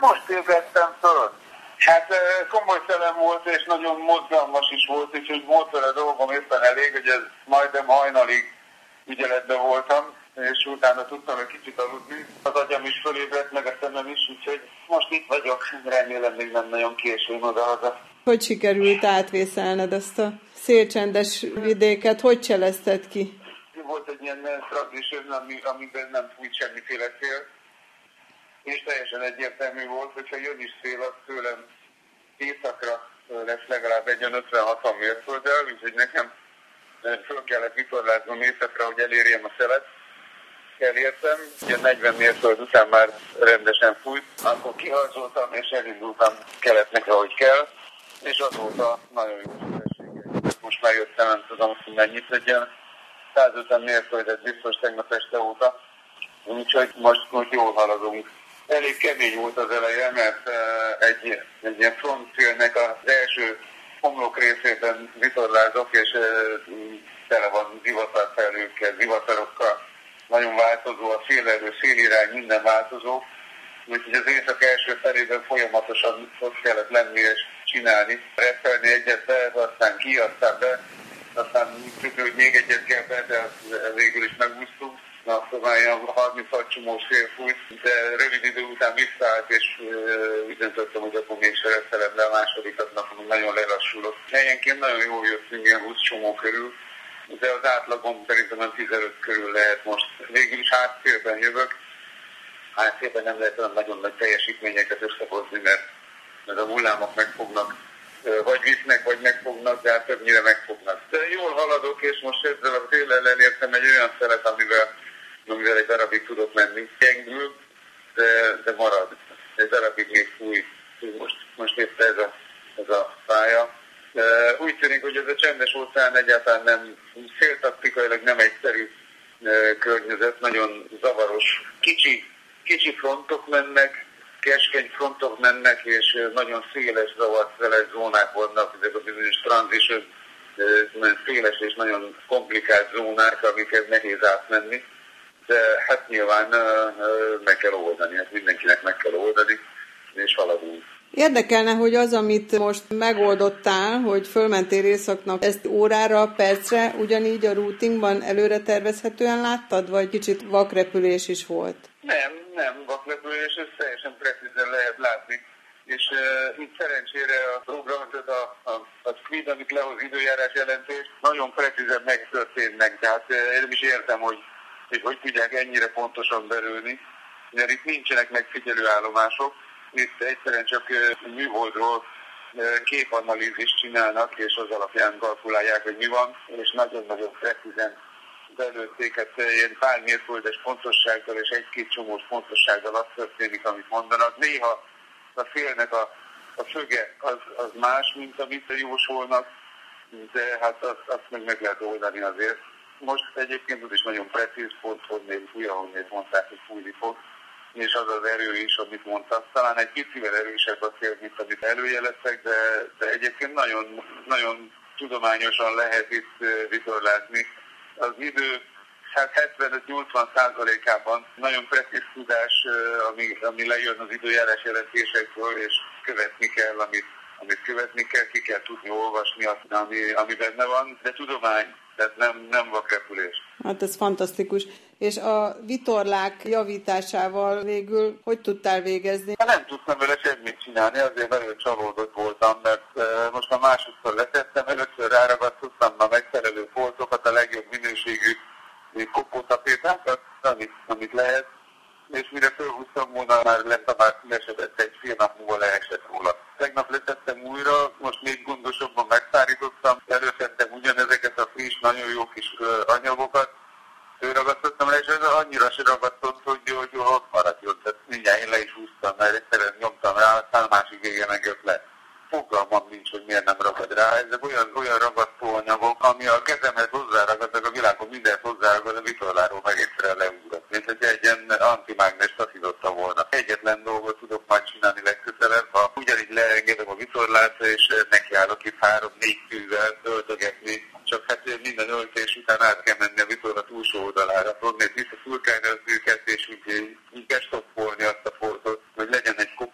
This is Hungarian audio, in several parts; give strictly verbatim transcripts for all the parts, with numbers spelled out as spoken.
Most ébredtem föl. Hát komoly szelem volt, és nagyon mozgalmas is volt, úgyhogy volt vele dolgom éppen elég, hogy ez majdnem hajnalig ügyeletben voltam, és utána tudtam egy kicsit aludni. Az agyam is fölébredt, meg a szemem is, úgyhogy most itt vagyok, remélem még nem nagyon későn oda-haza. Hogy sikerült átvészelned ezt a szélcsendes vidéket? Hogy cselezted ki? Volt egy ilyen transition, ami, amiben nem fújt semmiféle szél, és teljesen egyértelmű volt, hogyha jön is szél, az tőlem északra lesz legalább egy ötven-hatvan mérfölddel, úgyhogy nekem föl kellett vitorláznom északra, hogy elérjem a szelet. Elértem, ugye negyven mérföld után már rendesen fújt, akkor kiharcoltam és elindultam keletnek, ahogy kell, és azóta nagyon jó sebességgel. Most már jöttem, nem tudom, hogy mennyit legyen, százötven mérföldet biztos tegnap este óta, úgyhogy most, most jól haladunk. Elég kemény volt az eleje, mert egy, egy ilyen frontfélnek az első homlok részében vitorlázok, és tele van zivatarfelhőkkel, zivatarokkal. Nagyon változó, a szélerő, szélirány, minden változó. Úgyhogy az éjszak első felében folyamatosan ott kellett lenni és csinálni. Repelni egyet be, aztán ki, aztán be, aztán hogy még egyet kell be, de végül is megúsztunk. Na, akkor már ilyen harminchat csomó szél fújt, de rövid idő után visszaállt, és úgy döntöttem, hogy akkor mégse repelem le a másodikat napon, nagyon lelassulok. Helyenként nagyon jól jöttünk, ilyen húsz csomó körül, de az átlagom szerintem tizenöt körül lehet most. Végül is hátszélben jövök. Hátszélben nem lehet olyan nagyon nagy teljesítményeket összehozni, mert, mert a hullámok megfognak, vagy visznek, vagy megfognak, de hát többnyire megfognak. De jól haladok, és most ezzel a téllel elértem egy olyan szelet, amivel, amivel egy darabig tudok menni. Gyengül, de, de marad. Egy darabig még fúj. Most, most épp ez a, ez a pálya. Úgy tűnik, hogy ez a csendes óceán egyáltalán nem, széltaktikailag nem egyszerű környezet, nagyon zavaros. Kicsi, kicsi frontok mennek, keskeny frontok mennek, és nagyon széles, zavart szeles zónák vannak, ezek a bizonyos transition, széles és nagyon komplikált zónák, amiket nehéz átmenni. De hát nyilván meg kell oldani, hát mindenkinek meg kell oldani, és haladunk. Érdekelne, hogy az, amit most megoldottál, hogy fölmentél északnak, ezt órára, percre, ugyanígy a routingban előre tervezhetően láttad, vagy kicsit vakrepülés is volt? Nem, nem vakrepülés, ez teljesen precízen lehet látni. És uh, itt szerencsére a programot, a, a, a Squid, amit lehoz időjárás jelentés, nagyon precízen megtörténnek. Tehát uh, én is értem, hogy, hogy hogy tudják ennyire pontosan belőni, mert itt nincsenek megfigyelő állomások. Itt egyszerűen csak műholdról képanalízist csinálnak, és az alapján kalkulálják, hogy mi van, és nagyon-nagyon precízen belőtték, hát ilyen pár mérföldes pontossággal és egy-két csomós pontossággal az történik, amit mondanak. Néha a félnek a, a föge az, az más, mint amit jósolnak, de hát azt, azt meg meg lehet oldani azért. Most egyébként az is nagyon precíz, pont honnét fúj, ahonnét mondták, hogy fújni fog. És az az erő is, amit mondtam. Talán egy picivel erősebb a szél, mint amit előjeleztek, de, de egyébként nagyon, nagyon tudományosan lehet itt vitorlázni. Az idő hát hetvenöt-nyolcvan százalékában nagyon precíz tudás, ami, ami lejön az időjárás jelentésekből, és követni kell, amit, amit követni kell, ki kell tudni olvasni, ami, ami benne van, de tudomány, tehát nem, nem vakrepülés. Hát ez fantasztikus. És a vitorlák javításával végül hogy tudtál végezni? Nem tudtam vele semmit csinálni, azért nagyon csalódott voltam, mert most már másodszor letettem, először ráragasztottam a megfelelő foltokat, a legjobb minőségű kopótapétákat, amit, amit lehet, és mire fölhúztam volna, már lett, már leesett egy fél nap múlva leesett róla. Tegnap letettem újra, most még gondosabban megszárítottam, előszedtem ugyanezeket a friss, nagyon jó kis anyagokat, fölragasztottam le, és ez annyira se ragasztott, hogy, hogy jól ott maradjon. Tehát mindjárt én le is húztam, mert egyszerűen nyomtam rá, aztán a másik vége megjött le. Fogalmam nincs, hogy miért nem ragad rá. Ezek olyan, olyan ragasztó anyagok, ami a kezemhez hozzáragad, a világon mindent hozzáragad, a vitorláról meg egyszerűen leugrat. Mint hogy egy ilyen antimágnes taszította volna. Egyetlen dolgot tudok majd csinálni legközelebb, ha ugyanígy leengedem a vitorlát, és nekiállok itt három-négy tűvel öltögetni. Csak hát minden öltés után át kell menni a vitorla túlsó oldalára. Onnét vissza szurkálni az őket, és úgy, úgy bestoppolni azt a foltot, hogy legyen egy kopó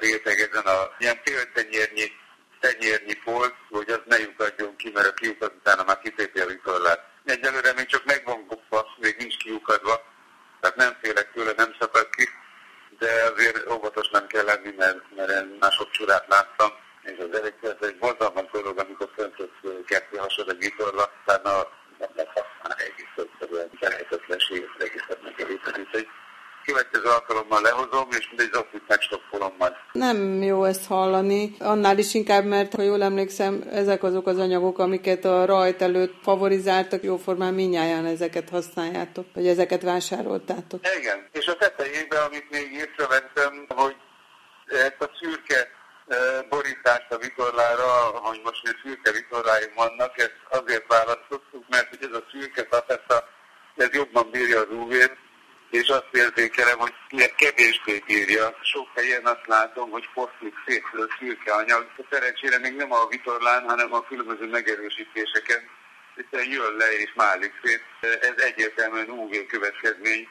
réteg, ezen a ilyen féltenyérnyi tenyérnyi folt, hogy az ne lyukadjon ki, mert a kiukad utána már kitépi a vitorlát. Egyelőre még csak meg van kopva, még nincs kiukadva, tehát nem félek tőle, nem szakad ki, de azért óvatos nem kell lenni, mert, mert én már sok csurát láttam, és az elég, ez egy borzalmas dolog, amikor föntött kettő hasad a vitorla, tehát nem lehet használni egész egyszerűen, felejtetlenséget egészet megkeríteni. Úgyhogy következő alkalommal lehozom, és mindegy zokit megstopfolom majd. Nem jó ezt hallani, annál is inkább, mert ha jól emlékszem, ezek azok az anyagok, amiket a rajt előtt favorizáltak, jóformán mindnyájan ezeket használjátok, vagy ezeket vásároltátok. Igen, és a tetejében, amit még észrevettem, hogy ezt a szürke borítást a vitorlára, hogy most még szürke vitorláim vannak, ezt azért választottuk, mert hogy ez a szürke tafetta, ez jobban bírja az ú vét, és azt érzékelem, hogy kevésbé bírja. Sok helyen azt látom, hogy foszlik szét a szürke anyag. Szerencsére még nem a vitorlán, hanem a különböző megerősítéseken. Hiszen jön le és málik szét. Ez egyértelműen ú vé következmény.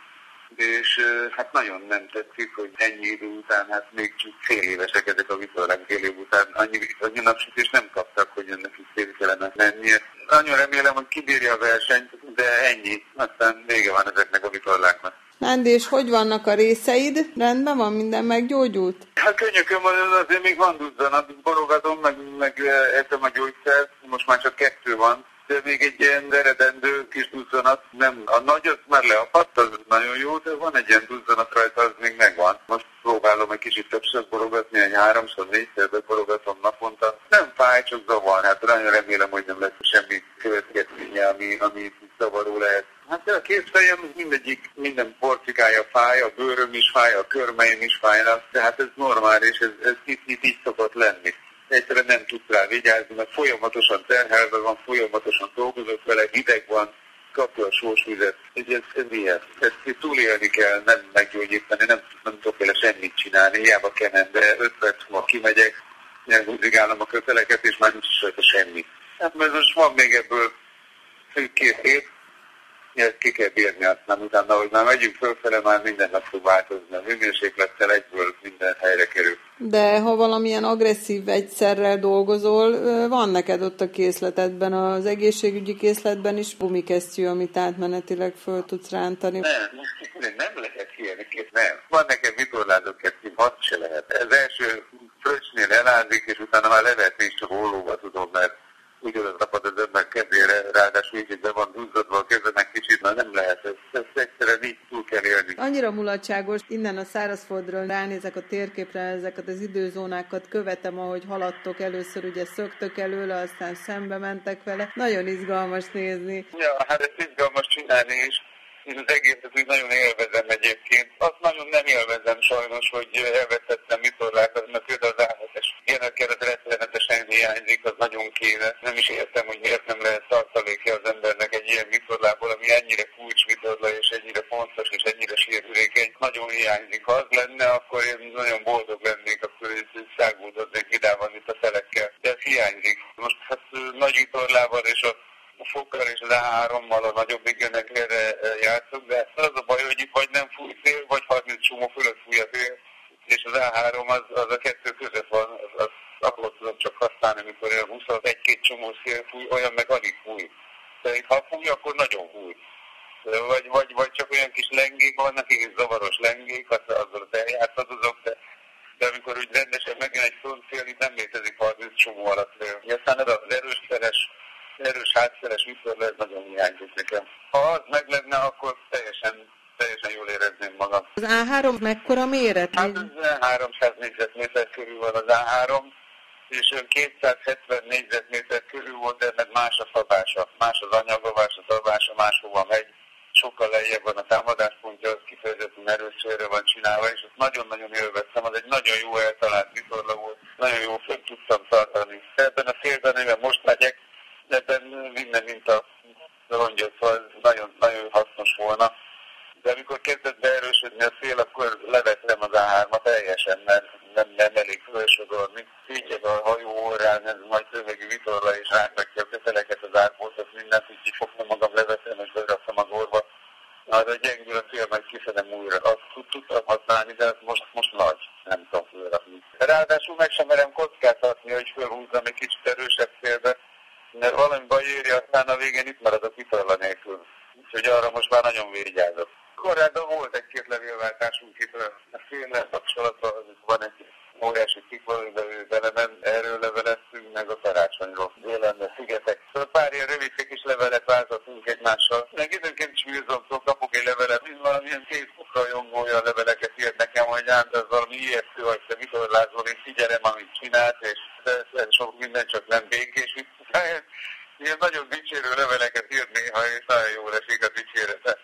És hát nagyon nem tetszik, hogy ennyi idő után, hát még csak fél évesek ezek a vitorlák, fél év után annyi, annyi napsütést nem kaptak, hogy ennek is fél kellene mennie. Nagyon remélem, hogy kibírja a versenyt, de ennyi. Aztán vége van ezeknek a vitorláknak. Nándi, és hogy vannak a részeid? Rendben van? Minden meggyógyult? Hát könnyökön van, azért még van duzzanat, borogatom, meg, meg eszem a gyógyszert, most már csak kettő van, de még egy ilyen eredendő kis duzzanat, nem, a nagy az már leapadt, az nagyon jó, de van egy ilyen duzzanat rajta, az még megvan. Most próbálom egy kicsit többször borogatni, egy háromszor, négyszer borogatom naponta. Nem fáj, csak zavar, hát nagyon remélem, hogy nem lesz semmi következménye, ami, ami zavaró lehet. Hát a kézfejem mindegyik, minden porcikája fáj, a bőröm is fáj, a körmeim is fájnak, tehát ez normális, ez, ez itt, itt így szokott lenni. Egyszerűen nem tudsz rá vigyázni, mert folyamatosan terhelve van, folyamatosan dolgozok vele, hideg van, kapja a sós vizet, ez, ez ilyen. Ezt túlélni kell, nem meggyógyítani, nem, nem tudok vele semmit csinálni, hiába kenem, de öt perc múlva kimegyek, elhúzigálom a köteleket, és már nincs is rajta semmi. Hát mert most van még ebből két hét, ezt ki kell bírni, aztán utána, hogy már megyünk fölfele, már minden nap fog változni. A hőmérséklettel egyből minden helyre kerül. De ha valamilyen agresszív vegyszerrel dolgozol, van neked ott a készletedben, az egészségügyi készletben is gumikesztyű, amit átmenetileg föl tudsz rántani. Nem, nem lehet ilyen, nem. Van nekem vitorlázó kesztyű, azt se lehet. Ez első fröccsnél elázik, és utána már levetni is csak ollóba tudom, mert úgy oda tapad az ember kezére, ráadásul így be van duzzadva a kezenek kicsit, már nem lehet, ezt, ezt egyszerűen így túl kell élni. Annyira mulatságos, innen a szárazföldről ránézek a térképre, ezeket az időzónákat követem, ahogy haladtok, először ugye szöktök előle, aztán szembe mentek vele. Nagyon izgalmas nézni. Ja, hát ezt izgalmas csinálni is. Én az egészet úgy nagyon élvezem egyébként. Azt nagyon nem élvezem sajnos, hogy elvesztettem vitorlákat, mert például az állates ilyeneket rettenetesen hiányzik, az nagyon kéne. Nem is értem, hogy miért nem lehet tartalékja az embernek egy ilyen vitorlából, ami ennyire kulcsvitorla és ennyire fontos és ennyire sérülékeny. Nagyon hiányzik. Ha az lenne, akkor én nagyon boldog lennék, akkor én száguldoznék vidáman itt a szelekkel. De ez hiányzik. Most hát nagy vitorlával és a a fokkal és az á hárommal a nagyobb igényekre játszok, de az a baj, hogy vagy nem fúj szél, vagy harminc csomó fölött fúj a szél, és az á három az, az a kettő között van, az, az akkor tudom csak használni, amikor olyan húsz egy-két csomó szél fúj, olyan meg alig fúj. De ha fúj, akkor nagyon fúj. Vagy, vagy, vagy csak olyan kis lengék vannak, így zavaros lengék, azzal eljátszadozok, de de amikor úgy rendesen megjön egy frontszél, itt nem létezik harminc csomó alatt. Aztán ez az erős szeres, erős hátszeres vitorla, ez nagyon hiányzik nekem. Ha az meg lenne, akkor teljesen, teljesen jól érezném magam. Az á három mekkora méret? Hát ez háromszáz négyzetméter körül van az á három, és kétszázhetven négyzetméter körül volt, de ennek más a szabása. Más az anyaga, más a szabása, máshova megy. Sokkal lejjebb van a támadáspontja, az kifejezetten erőszörre van csinálva, és azt nagyon-nagyon élveztem, az egy nagyon jó eltalált vitorla volt, nagyon jó föl tudtam tartani. Ebben a szélben, amiben most megyek, ebben minden mint a rongyot, szóval nagyon, nagyon hasznos volna. De amikor kezdett beerősödni a szél, akkor levettem az á hármat teljesen, mert nem, nem elég fölsodorni. Így a hajó órán, ez majd szövegű vitorla, és rákrakja a köteleket, az árpótot, mindent, így fogtam magam, levettem, és beraktam az orba. Na, de gyengül a szél, majd kiszedem újra. Azt tudtam használni, de most, most nagy, nem tudom fölrakni. Ráadásul meg sem merem kockáztatni, hogy fölhúzzam egy kicsit erősebb szélbe, mert valami baj éri, aztán a végén itt marad a kitorla nélkül. Úgyhogy arra most már nagyon vigyázok. Korábban volt egy-két levélváltásunk itt a féllel kapcsolatban, van egy óriási ciklonidevő belemen, erről leveleztünk, meg a karácsonyról. Délen szigetek. Szóval pár ilyen rövid kis levelet váltottunk egymással. Meg időnként is műzomtól kapok egy levelet, mint valamilyen két rajongója leveleket írt nekem, hogy ám, de az valami ijesztő, hogy te vitorlázol, én figyelem, amit csinált, és de sok minden csak nem békés. Ilyen nagyon dicsérő leveleket írt néha, és nagyon jól esik a dicsérete.